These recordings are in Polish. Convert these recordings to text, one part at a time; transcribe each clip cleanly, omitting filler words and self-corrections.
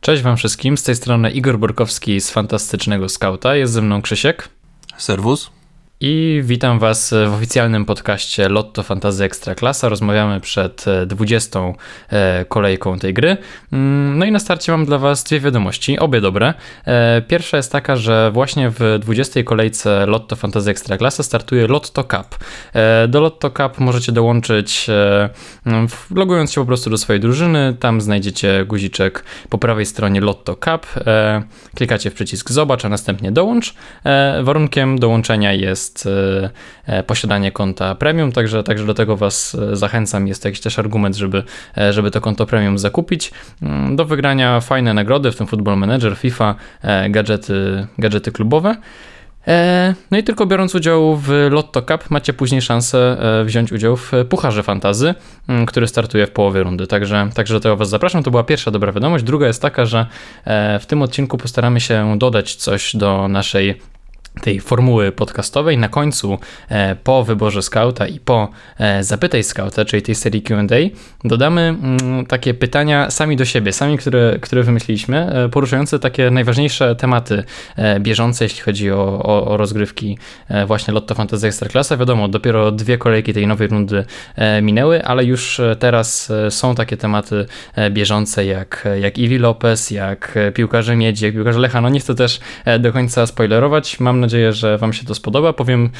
Cześć wam wszystkim, z tej strony Igor Borkowski z Fantastycznego Skauta, jest ze mną Krzysiek. Serwus. I witam was w oficjalnym podcaście Lotto Fantasy Ekstraklasa. Rozmawiamy przed 20. kolejką tej gry. No i na starcie mam dla was dwie wiadomości, obie dobre. Pierwsza jest taka, że właśnie w 20. kolejce Lotto Fantasy Ekstraklasa startuje Lotto Cup. Do Lotto Cup możecie dołączyć logując się po prostu do swojej drużyny. Tam znajdziecie guziczek po prawej stronie Lotto Cup. Klikacie w przycisk zobacz, a następnie dołącz. Warunkiem dołączenia jest posiadanie konta premium, także do tego was zachęcam. Jest to jakiś też argument, żeby to konto premium zakupić. Do wygrania fajne nagrody, w tym Football Manager, FIFA, gadżety klubowe. No i tylko biorąc udział w Lotto Cup macie później szansę wziąć udział w Pucharze Fantasy, który startuje w połowie rundy, także do tego was zapraszam. To była pierwsza dobra wiadomość. Druga jest taka, że w tym odcinku postaramy się dodać coś do naszej tej formuły podcastowej. Na końcu, po wyborze skauta i po zapytaj skauta, czyli tej serii Q&A, dodamy takie pytania sami do siebie, które wymyśliliśmy, poruszające takie najważniejsze tematy bieżące, jeśli chodzi o rozgrywki właśnie Lotto Fantasy Ekstraklasa. Wiadomo, dopiero 2 kolejki tej nowej rundy minęły, ale już teraz są takie tematy bieżące jak Iwi Lopez, jak piłkarze Miedzi, jak piłkarze Lecha. No nie chcę też do końca spoilerować. Mam nadzieję, że wam się to spodoba. Powiem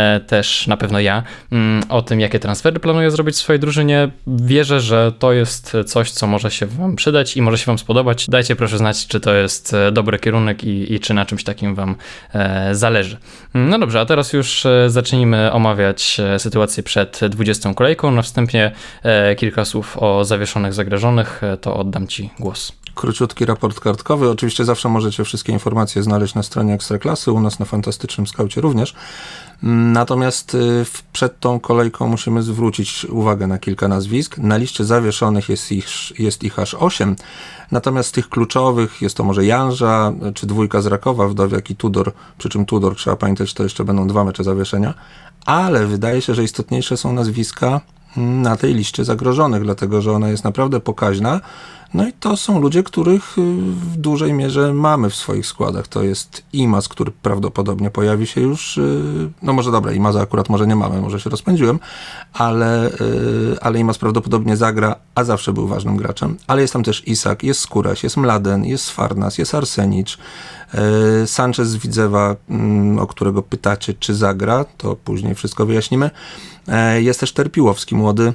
też na pewno ja o tym, jakie transfery planuję zrobić w swojej drużynie. Wierzę, że to jest coś, co może się wam przydać i może się wam spodobać. Dajcie proszę znać, czy to jest dobry kierunek i czy na czymś takim wam zależy. No dobrze, a teraz już zacznijmy omawiać sytuację przed 20. kolejką. Na wstępie kilka słów o zawieszonych, zagrożonych. To oddam ci głos. Króciutki raport kartkowy. Oczywiście zawsze możecie wszystkie informacje znaleźć na stronie Ekstraklasy, u nas na Fantastycznym Skaucie również. Natomiast przed tą kolejką musimy zwrócić uwagę na kilka nazwisk. Na liście zawieszonych jest ich aż 8. Natomiast z tych kluczowych jest to może Janża, czy dwójka z Rakowa, Wdowiak i Tudor, przy czym Tudor, trzeba pamiętać, to jeszcze będą 2 mecze zawieszenia. Ale wydaje się, że istotniejsze są nazwiska na tej liście zagrożonych, dlatego że ona jest naprawdę pokaźna. No i to są ludzie, których w dużej mierze mamy w swoich składach. To jest Imaz, który prawdopodobnie pojawi się już, no może dobra, Imaza akurat może nie mamy, może się rozpędziłem, ale Imaz prawdopodobnie zagra, a zawsze był ważnym graczem. Ale jest tam też Isak, jest Skóraś, jest Mladen, jest Farnas, jest Arsenicz, Sanchez z Widzewa, o którego pytacie, czy zagra, to później wszystko wyjaśnimy. Jest też Terpiłowski, młody,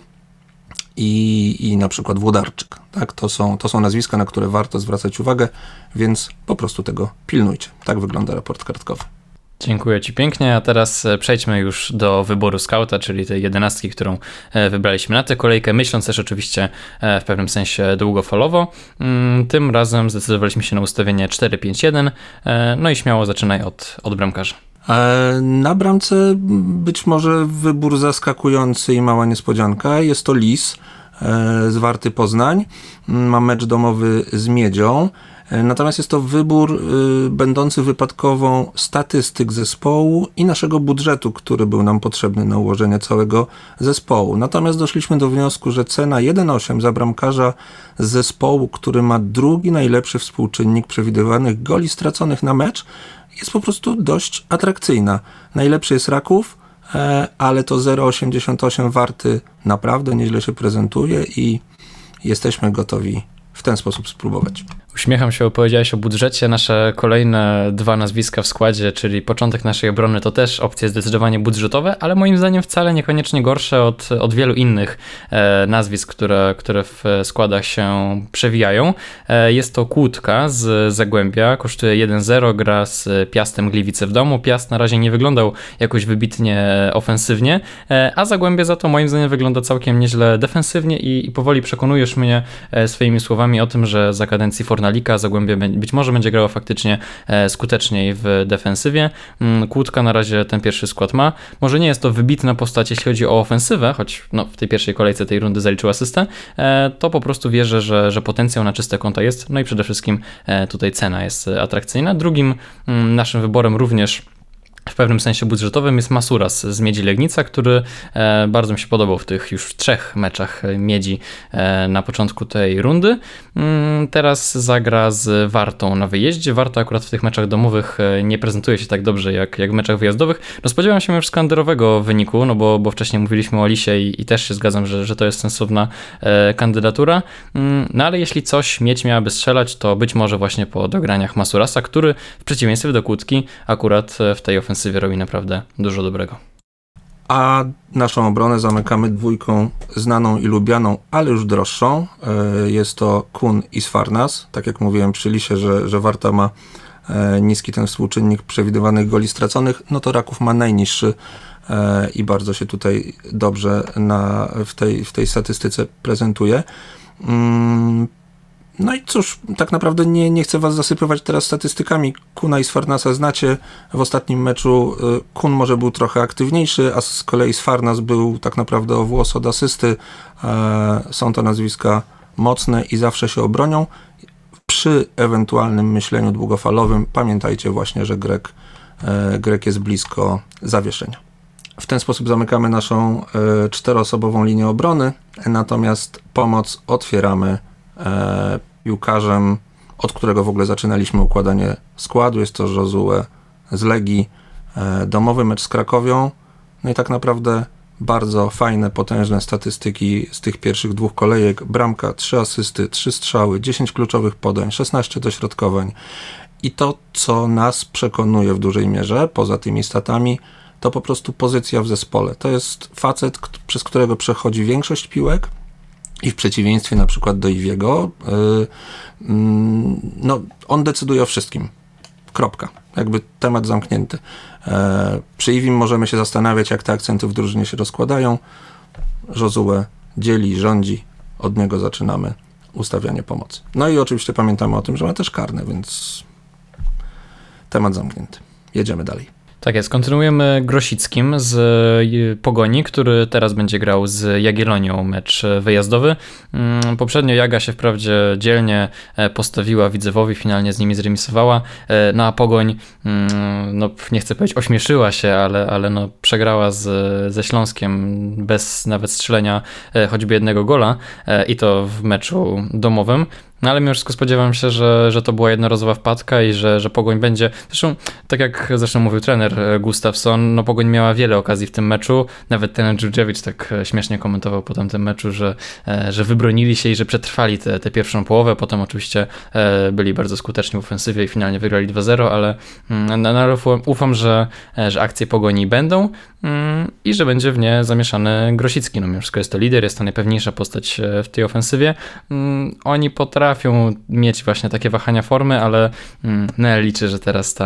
i na przykład Włodarczyk. Tak? To są nazwiska, na które warto zwracać uwagę, więc po prostu tego pilnujcie. Tak wygląda raport kartkowy. Dziękuję ci pięknie, a teraz przejdźmy już do wyboru skauta, czyli tej 11, którą wybraliśmy na tę kolejkę, myśląc też oczywiście w pewnym sensie długofalowo. Tym razem zdecydowaliśmy się na ustawienie 4-5-1, no i śmiało zaczynaj od bramkarza. Na bramce być może wybór zaskakujący i mała niespodzianka. Jest to Lis z Warty Poznań. Ma mecz domowy z Miedzią. Natomiast jest to wybór będący wypadkową statystyk zespołu i naszego budżetu, który był nam potrzebny na ułożenie całego zespołu. Natomiast doszliśmy do wniosku, że cena 1,8 za bramkarza z zespołu, który ma drugi najlepszy współczynnik przewidywanych goli straconych na mecz, jest po prostu dość atrakcyjna. Najlepszy jest Raków, ale to 0,88 Warty naprawdę nieźle się prezentuje i jesteśmy gotowi w ten sposób spróbować. Uśmiecham się, opowiedziałeś o budżecie. Nasze kolejne 2 nazwiska w składzie, czyli początek naszej obrony, to też opcje zdecydowanie budżetowe, ale moim zdaniem wcale niekoniecznie gorsze od wielu innych nazwisk, które w składach się przewijają. Jest to Kłódka z Zagłębia, kosztuje 1,0, gra z Piastem Gliwice w domu. Piast na razie nie wyglądał jakoś wybitnie ofensywnie, a Zagłębie za to moim zdaniem wygląda całkiem nieźle defensywnie i powoli przekonujesz mnie swoimi słowami o tym, że za kadencji Fornalika Zagłębie być może będzie grało faktycznie skuteczniej w defensywie. Kłódka na razie ten pierwszy skład ma. Może nie jest to wybitna postać, jeśli chodzi o ofensywę, choć w tej pierwszej kolejce tej rundy zaliczył asystę, to po prostu wierzę, że potencjał na czyste konta jest, no i przede wszystkim tutaj cena jest atrakcyjna. Drugim naszym wyborem również w pewnym sensie budżetowym jest Masuras z Miedzi Legnica, który bardzo mi się podobał w tych już 3 meczach Miedzi na początku tej rundy. Teraz zagra z Wartą na wyjeździe. Warta akurat w tych meczach domowych nie prezentuje się tak dobrze jak w meczach wyjazdowych. No spodziewam się już skanderowego wyniku, no bo wcześniej mówiliśmy o Lisie i też się zgadzam, że to jest sensowna kandydatura. No ale jeśli coś Miedź miałaby strzelać, to być może właśnie po dograniach Masurasa, który w przeciwieństwie do Kłódki akurat w tej ofensywie robi naprawdę dużo dobrego. A naszą obronę zamykamy 2 znaną i lubianą, ale już droższą. Jest to Kun i Sfarnas. Tak jak mówiłem przy Lisie, że Warta ma niski ten współczynnik przewidywanych goli straconych, no to Raków ma najniższy i bardzo się tutaj dobrze w tej statystyce prezentuje. No i cóż, tak naprawdę nie chcę was zasypywać teraz statystykami. Kuna i Sfarnasa znacie. W ostatnim meczu Kun może był trochę aktywniejszy, a z kolei Sfarnas był tak naprawdę o włos od asysty. Są to nazwiska mocne i zawsze się obronią. Przy ewentualnym myśleniu długofalowym pamiętajcie właśnie, że Grek jest blisko zawieszenia. W ten sposób zamykamy naszą 4-osobową linię obrony, natomiast pomoc otwieramy piłkarzem, od którego w ogóle zaczynaliśmy układanie składu. Jest to Josue z Legii, domowy mecz z Krakowią. No i tak naprawdę bardzo fajne, potężne statystyki z tych pierwszych 2 kolejek. Bramka, 3 asysty, 3 strzały, 10 kluczowych podań, 16 dośrodkowań. I to, co nas przekonuje w dużej mierze, poza tymi statami, to po prostu pozycja w zespole. To jest facet, przez którego przechodzi większość piłek, i w przeciwieństwie na przykład do Iwiego, no, on decyduje o wszystkim. Kropka. Jakby temat zamknięty. Przy Iwim możemy się zastanawiać, jak te akcenty w drużynie się rozkładają. Josue dzieli, rządzi. Od niego zaczynamy ustawianie pomocy. No i oczywiście pamiętamy o tym, że ma też karne, więc temat zamknięty. Jedziemy dalej. Tak jest, kontynuujemy Grosickim z Pogoni, który teraz będzie grał z Jagiellonią mecz wyjazdowy. Poprzednio Jaga się wprawdzie dzielnie postawiła Widzewowi, finalnie z nimi zremisowała, no a Pogoń, no nie chcę powiedzieć ośmieszyła się, ale no przegrała ze Śląskiem bez nawet strzelenia choćby jednego gola i to w meczu domowym. No ale mimo wszystko spodziewam się, że to była jednorazowa wpadka i że Pogoń będzie... Zresztą, tak jak mówił trener Gustafsson, no Pogoń miała wiele okazji w tym meczu. Nawet trener Dżurdżewicz tak śmiesznie komentował po tamtym meczu, że wybronili się i że przetrwali tę pierwszą połowę. Potem oczywiście byli bardzo skuteczni w ofensywie i finalnie wygrali 2-0, ale ufam, że akcje Pogoni będą i że będzie w nie zamieszany Grosicki. No mimo wszystko jest to lider, jest to najpewniejsza postać w tej ofensywie. Oni potrafią mieć właśnie takie wahania formy, ale no, liczę, że teraz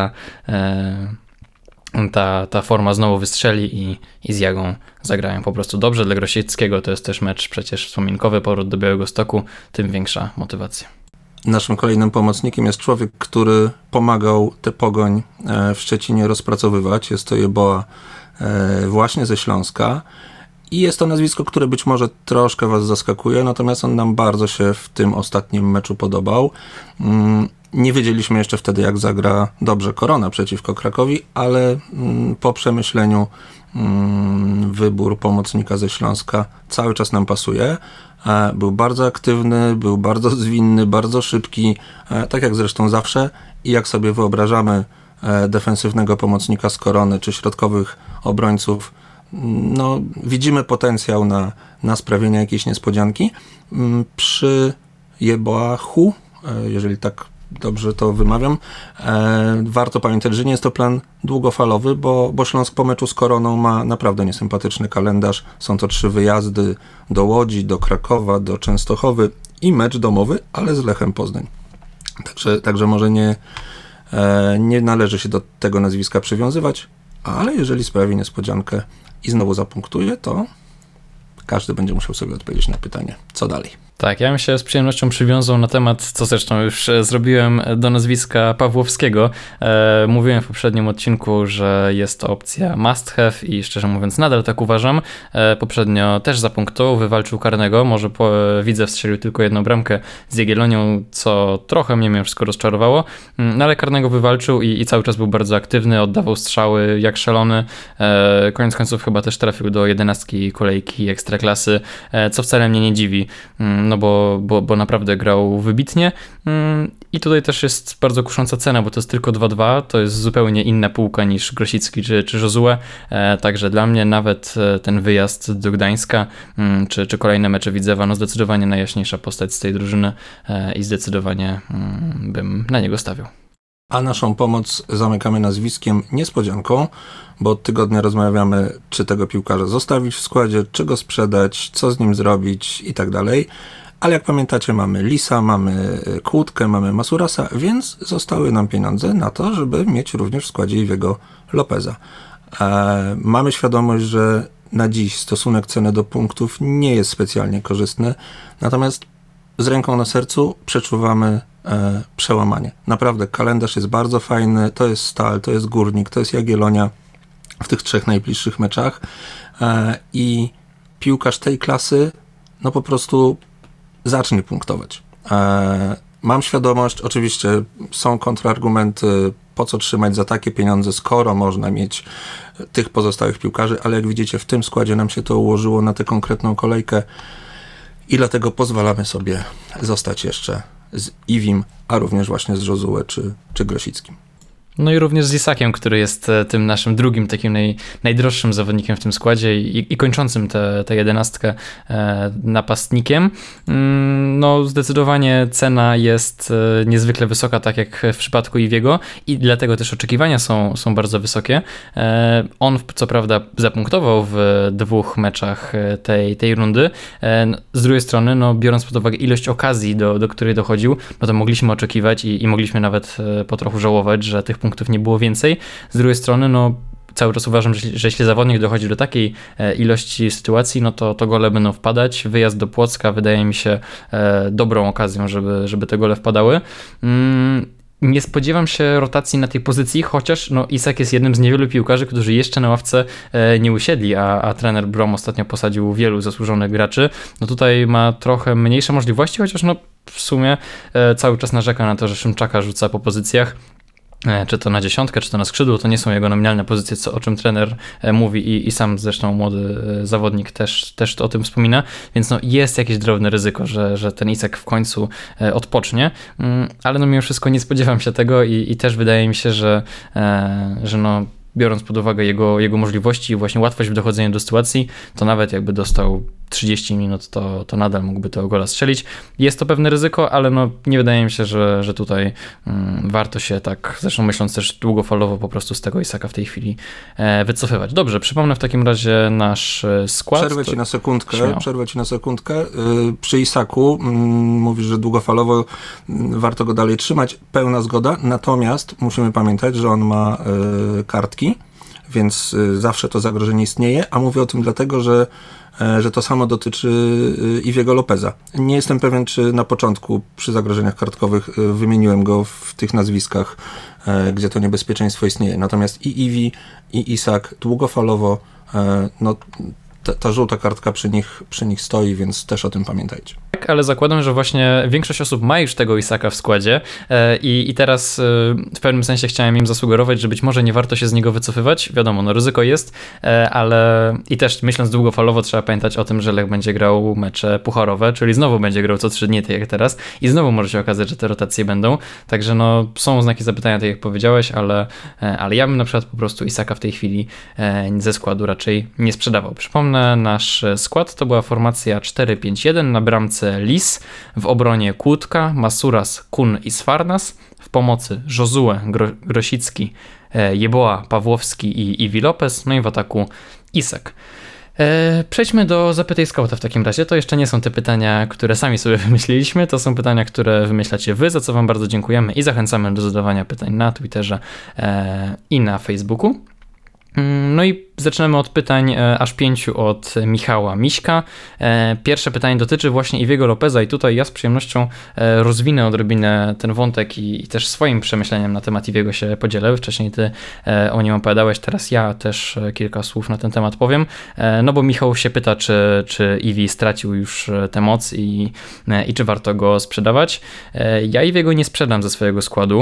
ta forma znowu wystrzeli i z Jagą zagrają po prostu dobrze. Dla Grosickiego to jest też mecz przecież wspominkowy, powrót do Białegostoku, tym większa motywacja. Naszym kolejnym pomocnikiem jest człowiek, który pomagał tę Pogoń w Szczecinie rozpracowywać. Jest to Jeboa właśnie ze Śląska. I jest to nazwisko, które być może troszkę was zaskakuje, natomiast on nam bardzo się w tym ostatnim meczu podobał. Nie wiedzieliśmy jeszcze wtedy, jak zagra dobrze Korona przeciwko Krakowi, ale po przemyśleniu wybór pomocnika ze Śląska cały czas nam pasuje. Był bardzo aktywny, był bardzo zwinny, bardzo szybki, tak jak zresztą zawsze. I jak sobie wyobrażamy defensywnego pomocnika z Korony czy środkowych obrońców, no, widzimy potencjał na sprawienie jakiejś niespodzianki. Przy Jeboahu, jeżeli tak dobrze to wymawiam, warto pamiętać, że nie jest to plan długofalowy, bo Śląsk po meczu z Koroną ma naprawdę niesympatyczny kalendarz. Są to 3 wyjazdy do Łodzi, do Krakowa, do Częstochowy i mecz domowy, ale z Lechem Poznań. Także może nie należy się do tego nazwiska przywiązywać, ale jeżeli sprawi niespodziankę i znowu zapunktuje, to każdy będzie musiał sobie odpowiedzieć na pytanie, co dalej. Tak, ja bym się z przyjemnością przywiązał na temat, co zresztą już zrobiłem, do nazwiska Pawłowskiego. Mówiłem w poprzednim odcinku, że jest to opcja must have i szczerze mówiąc nadal tak uważam. Poprzednio też zapunktował, wywalczył karnego, może widzę strzelił tylko jedną bramkę z Jagiellonią, co trochę mnie mimo wszystko rozczarowało, no ale karnego wywalczył i cały czas był bardzo aktywny, oddawał strzały jak szalony. Koniec końców chyba też trafił do 11 kolejki Ekstraklasy, co wcale mnie nie dziwi. No bo naprawdę grał wybitnie i tutaj też jest bardzo kusząca cena, bo to jest tylko 2-2, to jest zupełnie inna półka niż Grosicki czy Josue, także dla mnie nawet ten wyjazd do Gdańska czy kolejne mecze Widzewa, no zdecydowanie najjaśniejsza postać z tej drużyny i zdecydowanie bym na niego stawiał. A naszą pomoc zamykamy nazwiskiem niespodzianką, bo od tygodnia rozmawiamy, czy tego piłkarza zostawić w składzie, czy go sprzedać, co z nim zrobić i tak dalej. Ale jak pamiętacie, mamy Lisa, mamy Kłódkę, mamy Masurasa, więc zostały nam pieniądze na to, żeby mieć również w składzie Iwiego Lopeza. Mamy świadomość, że na dziś stosunek ceny do punktów nie jest specjalnie korzystny, natomiast z ręką na sercu przeczuwamy przełamanie. Naprawdę kalendarz jest bardzo fajny, to jest Stal, to jest Górnik, to jest Jagiellonia w tych 3 najbliższych meczach i piłkarz tej klasy no po prostu zacznie punktować. Mam świadomość, oczywiście są kontrargumenty, po co trzymać za takie pieniądze, skoro można mieć tych pozostałych piłkarzy, ale jak widzicie w tym składzie nam się to ułożyło na tę konkretną kolejkę i dlatego pozwalamy sobie zostać jeszcze z Iwim, a również właśnie z Josue czy Grosickim. No i również z Isakiem, który jest tym naszym drugim takim najdroższym zawodnikiem w tym składzie i kończącym tę 11 napastnikiem. No zdecydowanie cena jest niezwykle wysoka, tak jak w przypadku Iwiego i dlatego też oczekiwania są bardzo wysokie. On co prawda zapunktował w 2 meczach tej rundy. Z drugiej strony, no biorąc pod uwagę ilość okazji, do której dochodził, no to mogliśmy oczekiwać i mogliśmy nawet po trochu żałować, że tych punktów nie było więcej. Z drugiej strony, no cały czas uważam, że jeśli zawodnik dochodzi do takiej ilości sytuacji, no to gole będą wpadać. Wyjazd do Płocka wydaje mi się dobrą okazją, żeby te gole wpadały. Nie spodziewam się rotacji na tej pozycji, chociaż no, Isak jest jednym z niewielu piłkarzy, którzy jeszcze na ławce nie usiedli, a trener Brom ostatnio posadził wielu zasłużonych graczy. No tutaj ma trochę mniejsze możliwości, chociaż no w sumie cały czas narzeka na to, że Szymczaka rzuca po pozycjach. Czy to na 10, czy to na skrzydło, to nie są jego nominalne pozycje, o czym trener mówi i sam zresztą młody zawodnik też o tym wspomina, więc no jest jakieś drobne ryzyko, że ten Isak w końcu odpocznie, ale no mimo wszystko nie spodziewam się tego i też wydaje mi się, że no biorąc pod uwagę jego możliwości i właśnie łatwość w dochodzeniu do sytuacji, to nawet jakby dostał 30 minut, to nadal mógłby tego gola strzelić. Jest to pewne ryzyko, ale no nie wydaje mi się, że tutaj warto się tak, zresztą myśląc też długofalowo, po prostu z tego Isaka w tej chwili wycofywać. Dobrze, przypomnę w takim razie nasz skład. Przerwę ci na sekundkę. Przy Isaku mówisz, że długofalowo warto go dalej trzymać. Pełna zgoda, natomiast musimy pamiętać, że on ma kartki, więc zawsze to zagrożenie istnieje, a mówię o tym dlatego, że to samo dotyczy Iwiego Lopeza. Nie jestem pewien, czy na początku przy zagrożeniach kartkowych wymieniłem go w tych nazwiskach, gdzie to niebezpieczeństwo istnieje. Natomiast i Iwi, i Isak długofalowo, no ta żółta kartka przy nich stoi, więc też o tym pamiętajcie. Tak, ale zakładam, że właśnie większość osób ma już tego Isaka w składzie i teraz w pewnym sensie chciałem im zasugerować, że być może nie warto się z niego wycofywać. Wiadomo, no ryzyko jest, ale i też myśląc długofalowo trzeba pamiętać o tym, że Lech będzie grał mecze pucharowe, czyli znowu będzie grał co 3 dni, tak jak teraz i znowu może się okazać, że te rotacje będą. Także no są znaki zapytania, tak jak powiedziałeś, ale ja bym na przykład po prostu Isaka w tej chwili ze składu raczej nie sprzedawał. Przypomnę, nasz skład to była formacja 4-5-1, na bramce Lis, w obronie Kłódka, Masuras, Kun i Sfarnas, w pomocy Josue, Grosicki, Jeboa, Pawłowski i Iwi Lopez, no i w ataku Isak. Przejdźmy do Zapytaj Skauta w takim razie. To jeszcze nie są te pytania, które sami sobie wymyśliliśmy, to są pytania, które wymyślacie wy, za co wam bardzo dziękujemy i zachęcamy do zadawania pytań na Twitterze i na Facebooku. No i zaczynamy od pytań aż 5 od Michała Miśka. Pierwsze pytanie dotyczy właśnie Iwiego Lopeza i tutaj ja z przyjemnością rozwinę odrobinę ten wątek i też swoim przemyśleniem na temat Iwiego się podzielę. Wcześniej ty o nim opowiadałeś, teraz ja też kilka słów na ten temat powiem. No bo Michał się pyta, czy Iwi stracił już tę moc i czy warto go sprzedawać. Ja Iwiego nie sprzedam ze swojego składu.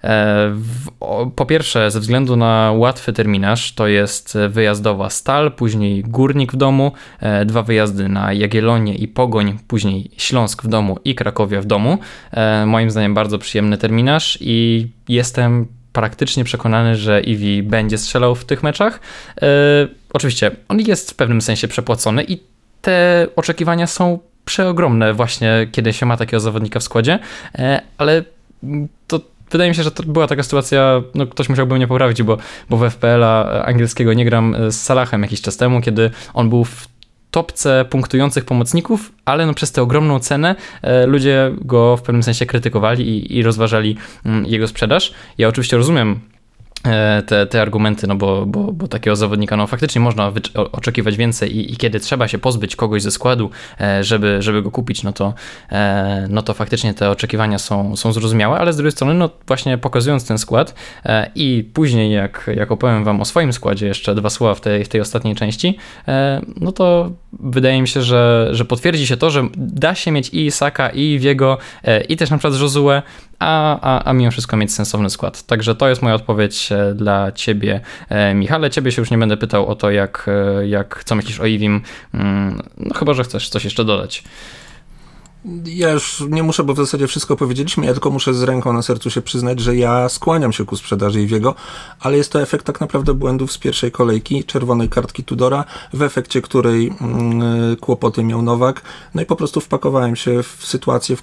Po pierwsze, ze względu na łatwy terminarz, to jest wyjazdowa Stal, później Górnik w domu, 2 wyjazdy na Jagiellonię i Pogoń, później Śląsk w domu i Krakowia w domu. Moim zdaniem bardzo przyjemny terminarz i jestem praktycznie przekonany, że Iwi będzie strzelał w tych meczach. Oczywiście on jest w pewnym sensie przepłacony i te oczekiwania są przeogromne właśnie, kiedy się ma takiego zawodnika w składzie, ale to wydaje mi się, że to była taka sytuacja, no ktoś musiałby mnie poprawić, bo w FPL-a angielskiego nie gram z Salahem jakiś czas temu, kiedy on był w topce punktujących pomocników, ale no przez tę ogromną cenę ludzie go w pewnym sensie krytykowali i rozważali jego sprzedaż. Ja oczywiście rozumiem te argumenty, no bo takiego zawodnika no faktycznie można oczekiwać więcej i kiedy trzeba się pozbyć kogoś ze składu, żeby go kupić, no to faktycznie te oczekiwania są zrozumiałe, ale z drugiej strony no właśnie pokazując ten skład i później jak opowiem wam o swoim składzie jeszcze 2 słowa w tej ostatniej części, no to wydaje mi się, że potwierdzi się to, że da się mieć i Isaka, i Iwiego, i też na przykład Josue, a mimo wszystko mieć sensowny skład. Także to jest moja odpowiedź dla ciebie, Michale. Ciebie się już nie będę pytał o to, co myślisz o Iwim, no chyba, że chcesz coś jeszcze dodać. Ja już nie muszę, bo w zasadzie wszystko powiedzieliśmy, ja tylko muszę z ręką na sercu się przyznać, że ja skłaniam się ku sprzedaży Iwiego, ale jest to efekt tak naprawdę błędów z pierwszej kolejki, czerwonej kartki Tudora, w efekcie której kłopoty miał Nowak, no i po prostu wpakowałem się w sytuację,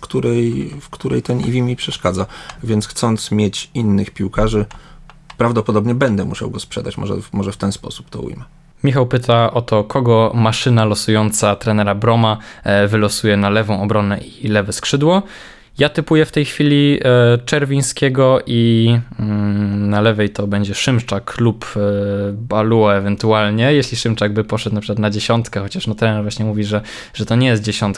w której ten Iwi mi przeszkadza, więc chcąc mieć innych piłkarzy, prawdopodobnie będę musiał go sprzedać, może w ten sposób to ujmę. Michał pyta o to, kogo maszyna losująca trenera Broma wylosuje na lewą obronę i lewe skrzydło. Ja typuję w tej chwili Czerwińskiego i na lewej to będzie Szymczak lub Balua ewentualnie, jeśli Szymczak by poszedł na przykład na 10, chociaż no trener właśnie mówi, że to nie jest 10.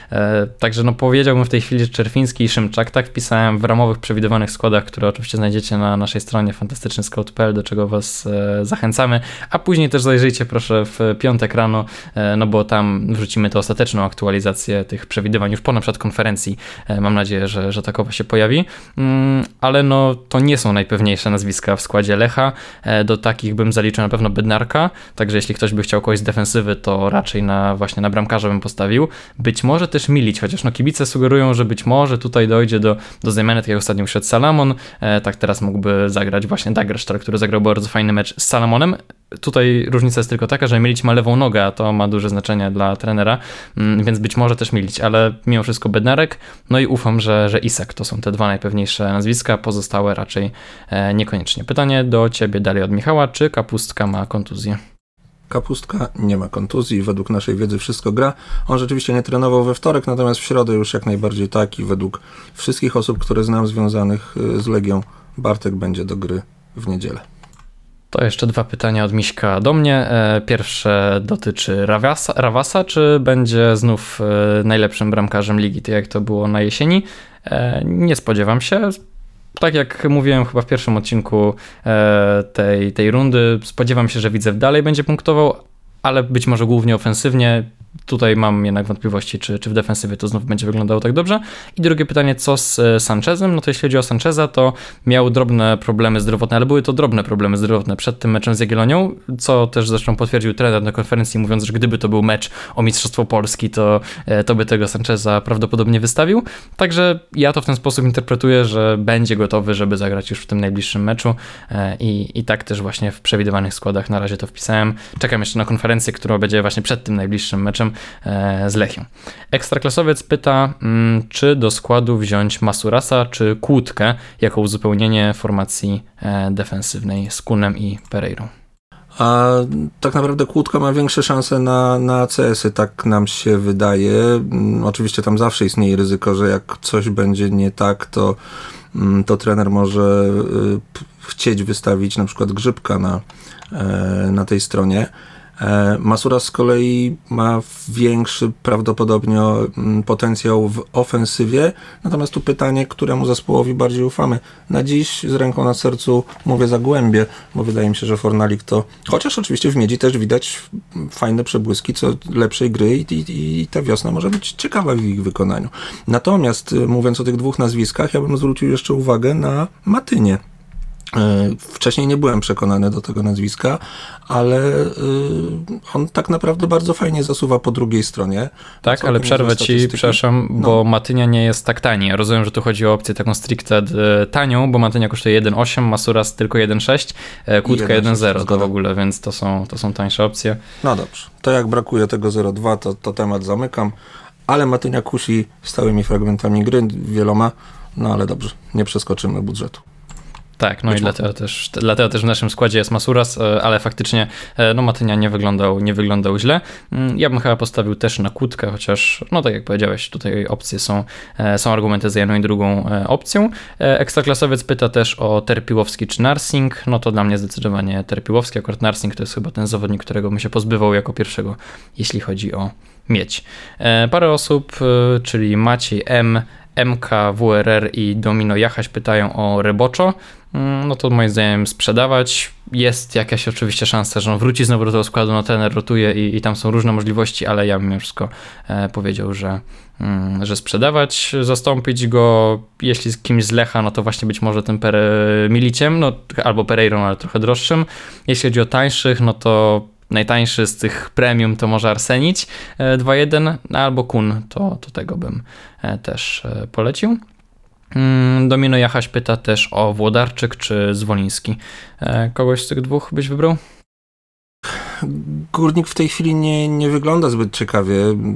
Także no powiedziałbym w tej chwili Czerwiński i Szymczak. Tak wpisałem w ramowych przewidywanych składach, które oczywiście znajdziecie na naszej stronie fantastycznyscout.pl, do czego was zachęcamy, a później też zajrzyjcie proszę w piątek rano, no bo tam wrzucimy tę ostateczną aktualizację tych przewidywań już po na przykład konferencji. Mam nadzieję, że takowa się pojawi, ale no to nie są najpewniejsze nazwiska w składzie Lecha. Do takich bym zaliczył na pewno Bednarka, także jeśli ktoś by chciał kogoś z defensywy, to raczej właśnie na bramkarza bym postawił. Być może też Milić, chociaż no kibice sugerują, że być może tutaj dojdzie do zmiany, tak jak ostatnio wszedł Salamon, tak teraz mógłby zagrać właśnie Dagersztal, który zagrał bardzo fajny mecz z Salamonem. Tutaj różnica jest tylko taka, że Milić ma lewą nogę, a to ma duże znaczenie dla trenera, więc być może też Milić, ale mimo wszystko Bednarek, no i ufam, że Isak to są te 2 najpewniejsze nazwiska, pozostałe raczej niekoniecznie. Pytanie do ciebie dalej od Michała, czy Kapustka ma kontuzję? Kapustka nie ma kontuzji, według naszej wiedzy wszystko gra. On rzeczywiście nie trenował we wtorek, natomiast w środę już jak najbardziej tak i według wszystkich osób, które znam związanych z Legią, Bartek będzie do gry w niedzielę. To jeszcze 2 pytania od Miśka do mnie. Pierwsze dotyczy Rawasa, czy będzie znów najlepszym bramkarzem ligi, tak jak to było na jesieni? Nie spodziewam się. Tak jak mówiłem chyba w pierwszym odcinku tej rundy, spodziewam się, że Widzew dalej będzie punktował, ale być może głównie ofensywnie. Tutaj mam jednak wątpliwości, czy w defensywie to znów będzie wyglądało tak dobrze. I drugie pytanie, co z Sanchezem? No to jeśli chodzi o Sancheza, to miał drobne problemy zdrowotne, ale były to drobne problemy zdrowotne przed tym meczem z Jagiellonią, co też zresztą potwierdził trener na konferencji, mówiąc, że gdyby to był mecz o Mistrzostwo Polski, to by tego Sancheza prawdopodobnie wystawił. Także ja to w ten sposób interpretuję, że będzie gotowy, żeby zagrać już w tym najbliższym meczu i tak też właśnie w przewidywanych składach na razie to wpisałem. Czekam jeszcze na konferencję, która będzie właśnie przed tym najbliższym meczem z Lechią. Ekstraklasowiec pyta, czy do składu wziąć Masurasa czy Kłódkę jako uzupełnienie formacji defensywnej z Kunem i Pereirą. A tak naprawdę Kłódka ma większe szanse na CS-y, tak nam się wydaje. Oczywiście tam zawsze istnieje ryzyko, że jak coś będzie nie tak, to trener może chcieć wystawić na przykład Grzybka na tej stronie. Masuras z kolei ma większy prawdopodobnie potencjał w ofensywie, natomiast tu pytanie, któremu zespołowi bardziej ufamy. Na dziś z ręką na sercu mówię Zagłębie, bo wydaje mi się, że Fornalik to, chociaż oczywiście w Miedzi też widać fajne przebłyski co lepszej gry i ta wiosna może być ciekawa w ich wykonaniu. Natomiast mówiąc o tych dwóch nazwiskach, ja bym zwrócił jeszcze uwagę na Matynię. Wcześniej nie byłem przekonany do tego nazwiska, ale on tak naprawdę bardzo fajnie zasuwa po drugiej stronie. Tak, ale przerwę ci, przepraszam, bo Matynia nie jest tak tani. Ja rozumiem, że tu chodzi o opcję taką stricte tanią, bo Matynia kosztuje 1,8, Masuras tylko 1,6, Kłódka 1,0 to w ogóle, więc to są tańsze opcje. No dobrze, to jak brakuje tego 0,2, to temat zamykam, ale Matynia kusi stałymi fragmentami gry, wieloma, no ale dobrze, nie przeskoczymy budżetu. Tak, no i dlatego też w naszym składzie jest Masuras, ale faktycznie no Matynia nie wyglądał źle. Ja bym chyba postawił też na Kłódkę, chociaż no tak jak powiedziałeś, tutaj opcje są argumenty za jedną i drugą opcją. Ekstraklasowiec pyta też o Terpiłowski czy Narsing, no to dla mnie zdecydowanie Terpiłowski, akurat Narsing to jest chyba ten zawodnik, którego bym się pozbywał jako pierwszego, jeśli chodzi o Miedź. Parę osób, czyli Maciej M., MK, WRR i Domino Jachaś pytają o Reboczo. No to moim zdaniem sprzedawać. Jest jakaś oczywiście szansa, że on wróci znowu do tego składu, no trener rotuje i tam są różne możliwości, ale ja bym wszystko powiedział, że sprzedawać, zastąpić go, jeśli z kimś z Lecha, no to właśnie być może tym Miliciem, no albo Pereirą, ale trochę droższym. Jeśli chodzi o tańszych, no to najtańszy z tych premium to może Arsenić 2.1, albo Kun, to tego bym też polecił. Domino Jachaś pyta też o Włodarczyk czy Zwoliński. Kogoś z tych dwóch byś wybrał? Górnik w tej chwili nie wygląda zbyt ciekawie.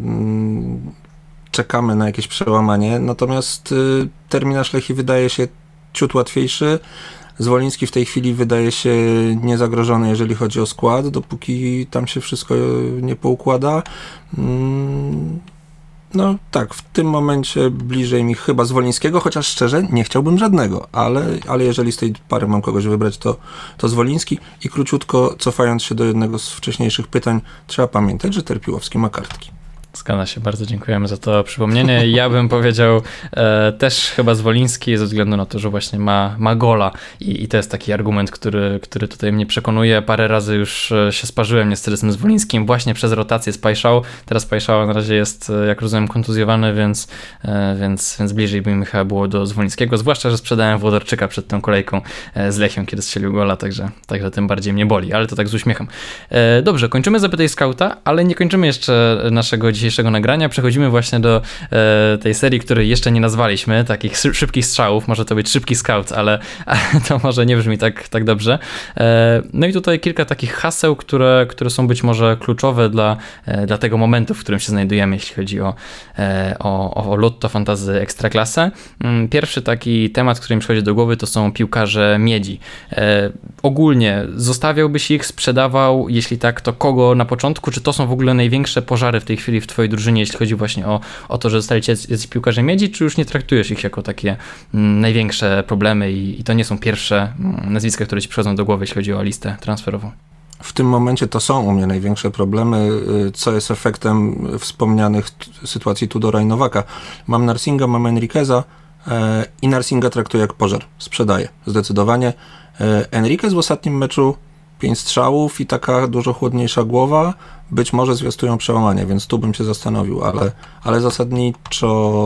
Czekamy na jakieś przełamanie, natomiast terminarz Lechii wydaje się ciut łatwiejszy. Zwoliński w tej chwili wydaje się niezagrożony, jeżeli chodzi o skład, dopóki tam się wszystko nie poukłada. No tak, w tym momencie bliżej mi chyba Zwolińskiego, chociaż szczerze nie chciałbym żadnego, ale jeżeli z tej pary mam kogoś wybrać, to Zwoliński. I króciutko cofając się do jednego z wcześniejszych pytań, trzeba pamiętać, że Terpiłowski ma kartki. Zgadza się, bardzo dziękujemy za to przypomnienie. Ja bym powiedział też chyba Zwoliński ze względu na to, że właśnie ma gola i to jest taki argument, który tutaj mnie przekonuje. Parę razy już się sparzyłem niestety z tym Zwolińskim właśnie przez rotację z Pajszał. Teraz Pajszał na razie jest, jak rozumiem, kontuzjowany, więc bliżej by mi chyba było do Zwolińskiego, zwłaszcza, że sprzedałem Włodarczyka przed tą kolejką z Lechią, kiedy strzelił gola, także tym bardziej mnie boli, ale to tak z uśmiechem. Dobrze, kończymy Zapytaj Skauta, ale nie kończymy jeszcze naszego dzisiejszego nagrania. Przechodzimy właśnie do tej serii, której jeszcze nie nazwaliśmy, takich szybkich strzałów. Może to być szybki scout, ale to może nie brzmi tak dobrze. No i tutaj kilka takich haseł, które są być może kluczowe dla tego momentu, w którym się znajdujemy, jeśli chodzi o Lotto Fantasy Ekstraklasę. Pierwszy taki temat, który mi przychodzi do głowy, to są piłkarze Miedzi. Ogólnie zostawiałbyś ich, sprzedawał? Jeśli tak, to kogo na początku? Czy to są w ogóle największe pożary w tej chwili w twojej drużynie, jeśli chodzi właśnie o to, że zostali jacyś piłkarze Miedzi, czy już nie traktujesz ich jako takie największe problemy i to nie są pierwsze nazwiska, które ci przychodzą do głowy, jeśli chodzi o listę transferową? W tym momencie to są u mnie największe problemy, co jest efektem wspomnianych sytuacji Tudora i Nowaka. Mam Narsinga, mam Enriqueza i Narsinga traktuję jak pożar. Sprzedaję, zdecydowanie. Enriquez w ostatnim meczu 5 strzałów i taka dużo chłodniejsza głowa być może zwiastują przełamanie, więc tu bym się zastanowił, ale zasadniczo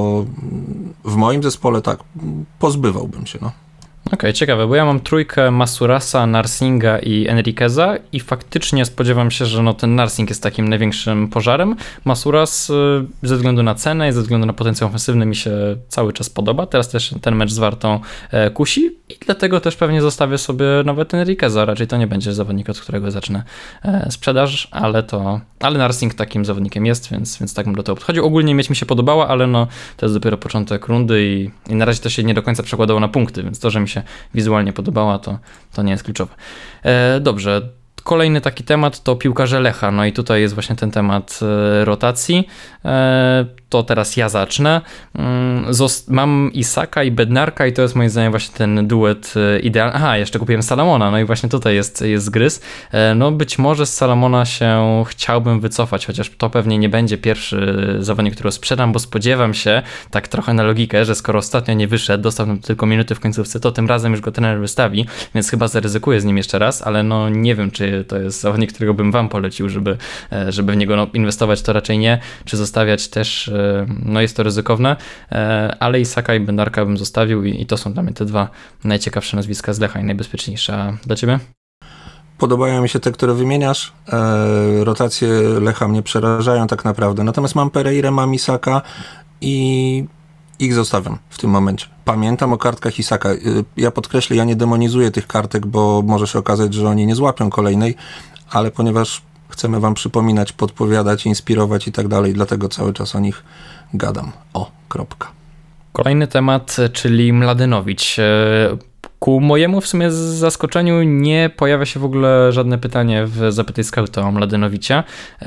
w moim zespole tak, pozbywałbym się, no. Okej, ciekawe, bo ja mam trójkę Masurasa, Narsinga i Enriqueza i faktycznie spodziewam się, że ten Narsing jest takim największym pożarem. Masuras ze względu na cenę i ze względu na potencjał ofensywny mi się cały czas podoba. Teraz też ten mecz z Wartą kusi i dlatego też pewnie zostawię sobie nawet Enriqueza. Raczej to nie będzie zawodnik, od którego zacznę sprzedaż, ale Narsing takim zawodnikiem jest, więc tak bym do tego podchodził. Ogólnie mieć mi się podobała, ale to jest dopiero początek rundy i na razie to się nie do końca przekładało na punkty, więc to, że mi się wizualnie podobała, to nie jest kluczowe. Dobrze, kolejny taki temat to piłkarze Lecha. No i tutaj jest właśnie ten temat rotacji. To teraz ja zacznę. Mam Isaka i Bednarka i to jest moim zdaniem właśnie ten duet idealny. Aha, jeszcze kupiłem Salamona, no i właśnie tutaj jest zgryz. No być może z Salamona się chciałbym wycofać, chociaż to pewnie nie będzie pierwszy zawodnik, którego sprzedam, bo spodziewam się, tak trochę na logikę, że skoro ostatnio nie wyszedł, dostał tylko minuty w końcówce, to tym razem już go trener wystawi, więc chyba zaryzykuję z nim jeszcze raz, ale no nie wiem, czy to jest zawodnik, którego bym wam polecił, żeby w niego inwestować, to raczej nie, czy zostawiać też, no jest to ryzykowne, ale Isaka i Bednarka bym zostawił i to są dla mnie te dwa najciekawsze nazwiska z Lecha i najbezpieczniejsze. A dla ciebie? Podobają mi się te, które wymieniasz. Rotacje Lecha mnie przerażają tak naprawdę. Natomiast mam Pereirę, mam Isaka i ich zostawiam w tym momencie. Pamiętam o kartkach Isaka. Ja podkreślę, ja nie demonizuję tych kartek, bo może się okazać, że oni nie złapią kolejnej, ale ponieważ chcemy wam przypominać, podpowiadać, inspirować i tak dalej, dlatego cały czas o nich gadam. Kropka. Kolejny temat, czyli Mladenowicz. Ku mojemu w sumie zaskoczeniu nie pojawia się w ogóle żadne pytanie w Zapytaj Skauta o Mladenowicza.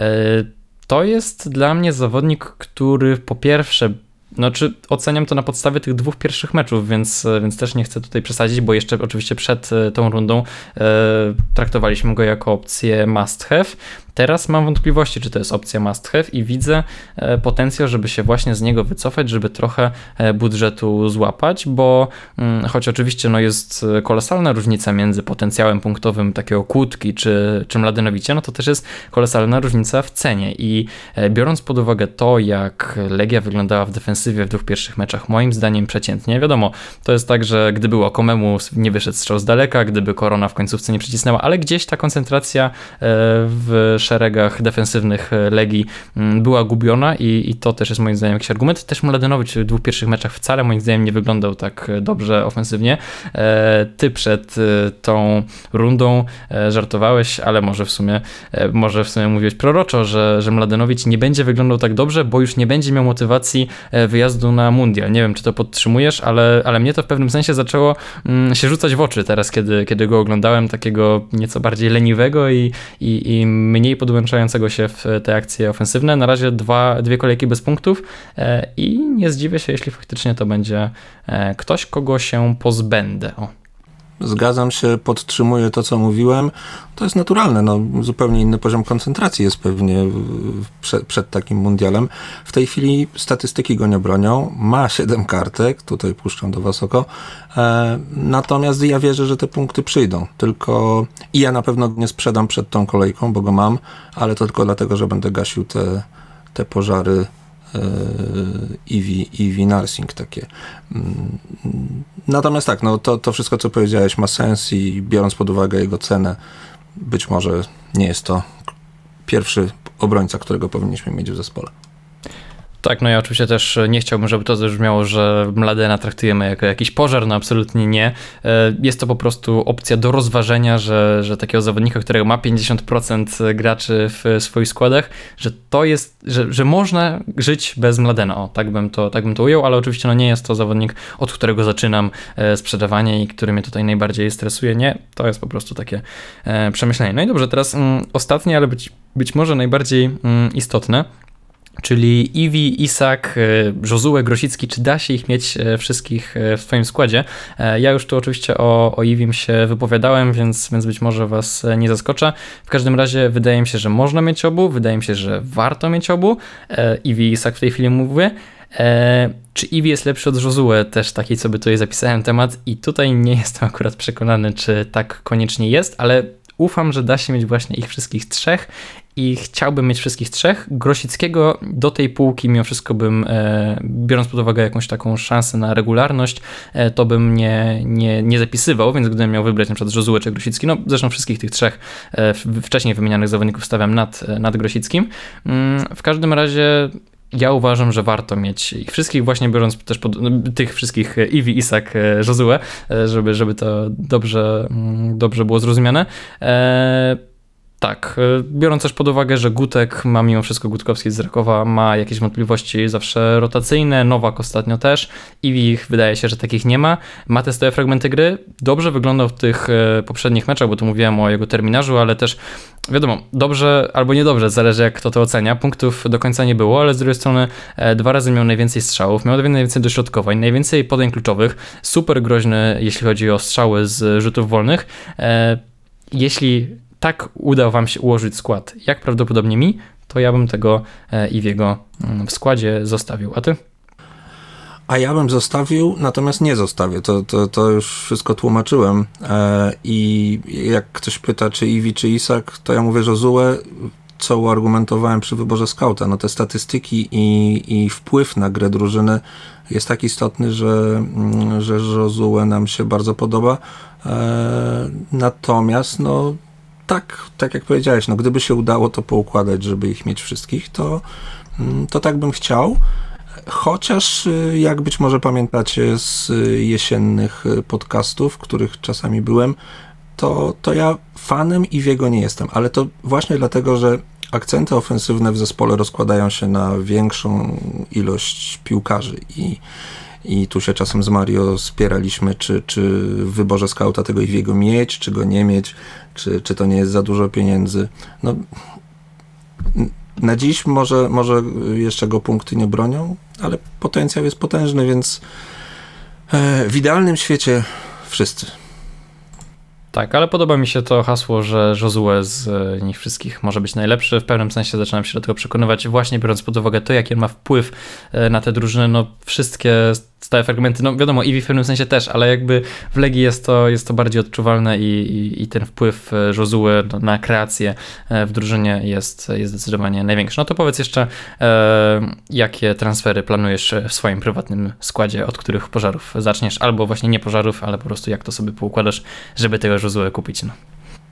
To jest dla mnie zawodnik, który po pierwsze, oceniam to na podstawie tych 2 pierwszych meczów, więc też nie chcę tutaj przesadzić, bo jeszcze oczywiście przed tą rundą traktowaliśmy go jako opcję must have. Teraz mam wątpliwości, czy to jest opcja must have i widzę potencjał, żeby się właśnie z niego wycofać, żeby trochę budżetu złapać, bo choć oczywiście jest kolosalna różnica między potencjałem punktowym takiego Kłódki czy Mladenowicza, no to też jest kolosalna różnica w cenie i biorąc pod uwagę to, jak Legia wyglądała w defensywie w 2 pierwszych meczach, moim zdaniem przeciętnie, wiadomo, to jest tak, że gdyby Łakomemu nie wyszedł strzał z daleka, gdyby Korona w końcówce nie przycisnęła, ale gdzieś ta koncentracja w szeregach defensywnych Legii była gubiona i to też jest moim zdaniem jakiś argument. Też Mladenowicz w 2 pierwszych meczach wcale moim zdaniem nie wyglądał tak dobrze ofensywnie. Ty przed tą rundą żartowałeś, ale może w sumie mówiłeś proroczo, że Mladenowicz nie będzie wyglądał tak dobrze, bo już nie będzie miał motywacji wyjazdu na mundial. Nie wiem, czy to podtrzymujesz, ale mnie to w pewnym sensie zaczęło się rzucać w oczy teraz, kiedy go oglądałem, takiego nieco bardziej leniwego i mniej podłączającego się w te akcje ofensywne. Na razie 2 kolejki bez punktów i nie zdziwię się, jeśli faktycznie to będzie ktoś, kogo się pozbędę. Zgadzam się, podtrzymuję to, co mówiłem. To jest naturalne. Zupełnie inny poziom koncentracji jest pewnie przed takim mundialem. W tej chwili statystyki go nie bronią. Ma 7 kartek, tutaj puszczam do was oko. Natomiast ja wierzę, że te punkty przyjdą. I ja na pewno go nie sprzedam przed tą kolejką, bo go mam, ale to tylko dlatego, że będę gasił te pożary Eevee Nursing takie. Natomiast tak, to wszystko, co powiedziałeś, ma sens i biorąc pod uwagę jego cenę, być może nie jest to pierwszy obrońca, którego powinniśmy mieć w zespole. Tak, ja oczywiście też nie chciałbym, żeby to zabrzmiało, że Mladena traktujemy jako jakiś pożar, absolutnie nie. Jest to po prostu opcja do rozważenia, że takiego zawodnika, którego ma 50% graczy w swoich składach, że to jest, że można żyć bez Mladena. Tak bym to ujął, ale oczywiście nie jest to zawodnik, od którego zaczynam sprzedawanie i który mnie tutaj najbardziej stresuje. Nie, to jest po prostu takie przemyślenie. No i dobrze, teraz ostatnie, ale być może najbardziej istotne, czyli Eevee, Isak, Josue, Grosicki, czy da się ich mieć wszystkich w swoim składzie? Ja już tu oczywiście o Eevee'm się wypowiadałem, więc być może was nie zaskoczę. W każdym razie wydaje mi się, że można mieć obu, wydaje mi się, że warto mieć obu. Eevee i Isak w tej chwili mówię. Czy Eevee jest lepszy od Josue? Też taki sobie tutaj zapisałem temat i tutaj nie jestem akurat przekonany, czy tak koniecznie jest, ale ufam, że da się mieć właśnie ich wszystkich 3 i chciałbym mieć wszystkich 3. Grosickiego do tej półki mimo wszystko bym, biorąc pod uwagę jakąś taką szansę na regularność, to bym nie zapisywał, więc gdybym miał wybrać na przykład Josue czy Grosicki, zresztą wszystkich tych 3 wcześniej wymienianych zawodników stawiam nad Grosickim. W każdym razie ja uważam, że warto mieć ich wszystkich, właśnie biorąc też tych wszystkich Eevee, Isak, Josue, żeby to dobrze było zrozumiane. Tak, biorąc też pod uwagę, że Gutek ma mimo wszystko, Gutkowski z Rakowa ma jakieś wątpliwości zawsze rotacyjne, Nowak ostatnio też i ich wydaje się, że takich nie ma. Ma te stałe fragmenty gry, dobrze wyglądał w tych poprzednich meczach, bo tu mówiłem o jego terminarzu, ale też wiadomo, dobrze albo niedobrze, zależy jak kto to ocenia. Punktów do końca nie było, ale z drugiej strony 2 razy miał najwięcej strzałów, miał najwięcej dośrodkowań, najwięcej podań kluczowych, super groźny jeśli chodzi o strzały z rzutów wolnych. Jeśli tak uda wam się ułożyć skład, jak prawdopodobnie mi, to ja bym tego Iwiego w składzie zostawił. A ty? A ja bym zostawił, natomiast nie zostawię. To już wszystko tłumaczyłem. I jak ktoś pyta, czy Iwi, czy Isak, to ja mówię Josue, co uargumentowałem przy wyborze skauta. No te statystyki i wpływ na grę drużyny jest tak istotny, że Josue nam się bardzo podoba. Natomiast no tak jak powiedziałeś, no gdyby się udało to poukładać, żeby ich mieć wszystkich, to tak bym chciał. Chociaż, jak być może pamiętacie z jesiennych podcastów, w których czasami byłem, to ja fanem Iwiego nie jestem, ale to właśnie dlatego, że akcenty ofensywne w zespole rozkładają się na większą ilość piłkarzy i tu się czasem z Mario spieraliśmy, czy w wyborze skauta tego Iwiego mieć, czy go nie mieć, czy to nie jest za dużo pieniędzy. No, na dziś może jeszcze go punkty nie bronią, ale potencjał jest potężny, więc w idealnym świecie wszyscy. Tak, ale podoba mi się to hasło, że Josue z nich wszystkich może być najlepszy. W pewnym sensie zaczynam się do tego przekonywać, właśnie biorąc pod uwagę to, jaki on ma wpływ na te drużyny. No wszystkie stałe fragmenty, no wiadomo, Iwi w pewnym sensie też, ale jakby w Legii jest to bardziej odczuwalne i ten wpływ Josue na kreację w drużynie jest zdecydowanie największy. No to powiedz jeszcze, jakie transfery planujesz w swoim prywatnym składzie, od których pożarów zaczniesz, albo właśnie nie pożarów, ale po prostu jak to sobie poukładasz, żeby tego Josue kupić, no.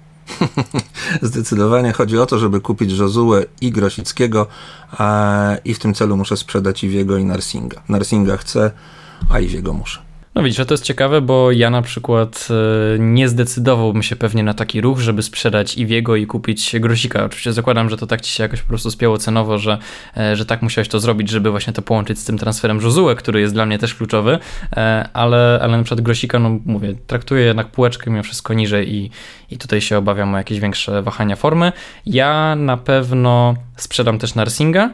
Zdecydowanie chodzi o to, żeby kupić Josue i Grosickiego i w tym celu muszę sprzedać Iwiego i Narsinga. Narsinga chcę, a Iwiego muszę. No widzisz, że to jest ciekawe, bo ja na przykład nie zdecydowałbym się pewnie na taki ruch, żeby sprzedać Iwiego i kupić Grosika. Oczywiście zakładam, że to tak ci się jakoś po prostu spięło cenowo, że tak musiałeś to zrobić, żeby właśnie to połączyć z tym transferem Josue, który jest dla mnie też kluczowy, ale na przykład Grosika, no mówię, traktuję jednak półeczkę mimo wszystko niżej i tutaj się obawiam o jakieś większe wahania formy. Ja na pewno sprzedam też Narsinga,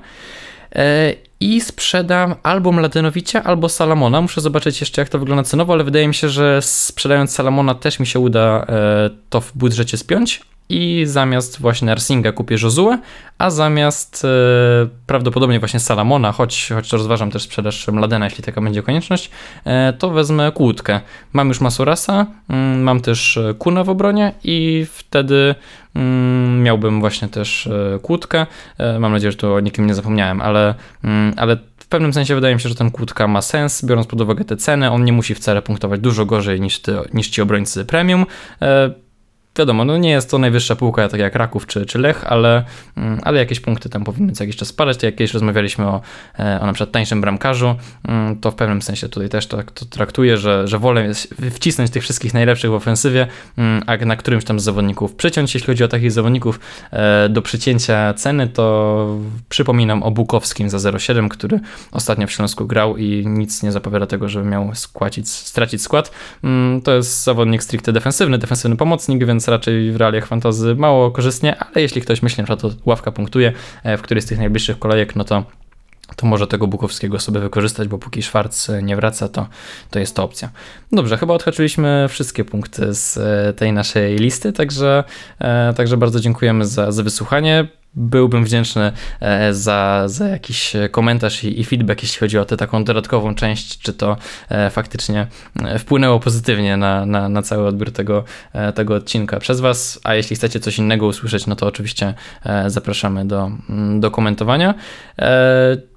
i sprzedam albo Mladenovicia, albo Salamona. Muszę zobaczyć jeszcze, jak to wygląda cenowo, ale wydaje mi się, że sprzedając Salamona też mi się uda to w budżecie spiąć i zamiast właśnie Narsinga kupię Josue, a zamiast prawdopodobnie właśnie Salamona, choć to rozważam też sprzedaż Mladena, jeśli taka będzie konieczność, to wezmę Kłódkę. Mam już Masurasa, mam też Kuna w obronie i wtedy miałbym właśnie też Kłódkę. Mam nadzieję, że tu o nikim nie zapomniałem, ale w pewnym sensie wydaje mi się, że ten Kłódka ma sens, biorąc pod uwagę te ceny. On nie musi wcale punktować dużo gorzej niż ci obrońcy premium. Wiadomo, no nie jest to najwyższa półka, tak jak Raków czy Lech, ale jakieś punkty tam powinny co jakiś czas spadać. Tak jak kiedyś rozmawialiśmy o na przykład tańszym bramkarzu, to w pewnym sensie tutaj też to traktuję, że wolę wcisnąć tych wszystkich najlepszych w ofensywie, a na którymś tam z zawodników przyciąć. Jeśli chodzi o takich zawodników do przycięcia ceny, to przypominam o Bukowskim za 0,7, który ostatnio w Śląsku grał i nic nie zapowiada tego, żeby miał stracić skład. To jest zawodnik stricte defensywny pomocnik, więc raczej w realiach fantasy mało korzystnie, ale jeśli ktoś myśli, że to ławka punktuje w którejś z tych najbliższych kolejek, no to może tego Bukowskiego sobie wykorzystać, bo póki Schwarz nie wraca, to jest to opcja. Dobrze, chyba odhaczyliśmy wszystkie punkty z tej naszej listy, także bardzo dziękujemy za wysłuchanie. Byłbym wdzięczny za jakiś komentarz i feedback, jeśli chodzi o tę taką dodatkową część, czy to faktycznie wpłynęło pozytywnie na cały odbiór tego odcinka przez was, a jeśli chcecie coś innego usłyszeć, no to oczywiście zapraszamy do komentowania.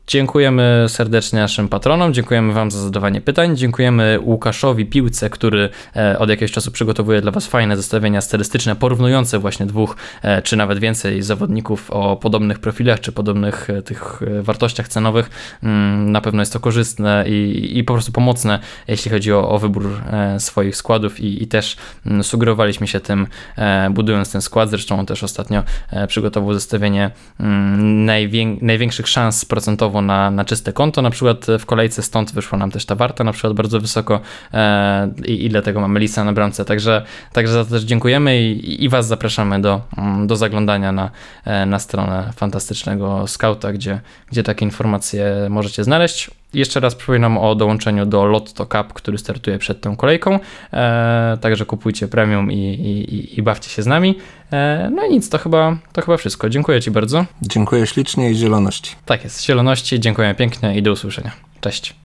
Dziękujemy serdecznie naszym patronom, dziękujemy wam za zadawanie pytań, dziękujemy Łukaszowi Piłce, który od jakiegoś czasu przygotowuje dla was fajne zestawienia statystyczne, porównujące właśnie dwóch czy nawet więcej zawodników o podobnych profilach, czy podobnych tych wartościach cenowych. Na pewno jest to korzystne i po prostu pomocne, jeśli chodzi o wybór swoich składów i też sugerowaliśmy się tym, budując ten skład. Zresztą on też ostatnio przygotował zestawienie największych szans procentowo na czyste konto, na przykład w kolejce, stąd wyszła nam też ta warta na przykład bardzo wysoko i dlatego mamy Lisa na bramce, także za to też dziękujemy i was zapraszamy do zaglądania na stronę Fantastycznego Skauta, gdzie takie informacje możecie znaleźć. Jeszcze raz przypominam o dołączeniu do Lotto Cup, który startuje przed tą kolejką, także kupujcie premium i bawcie się z nami. No i nic, to chyba wszystko. Dziękuję ci bardzo. Dziękuję ślicznie i zieloności. Tak jest, zieloności, dziękuję pięknie i do usłyszenia. Cześć.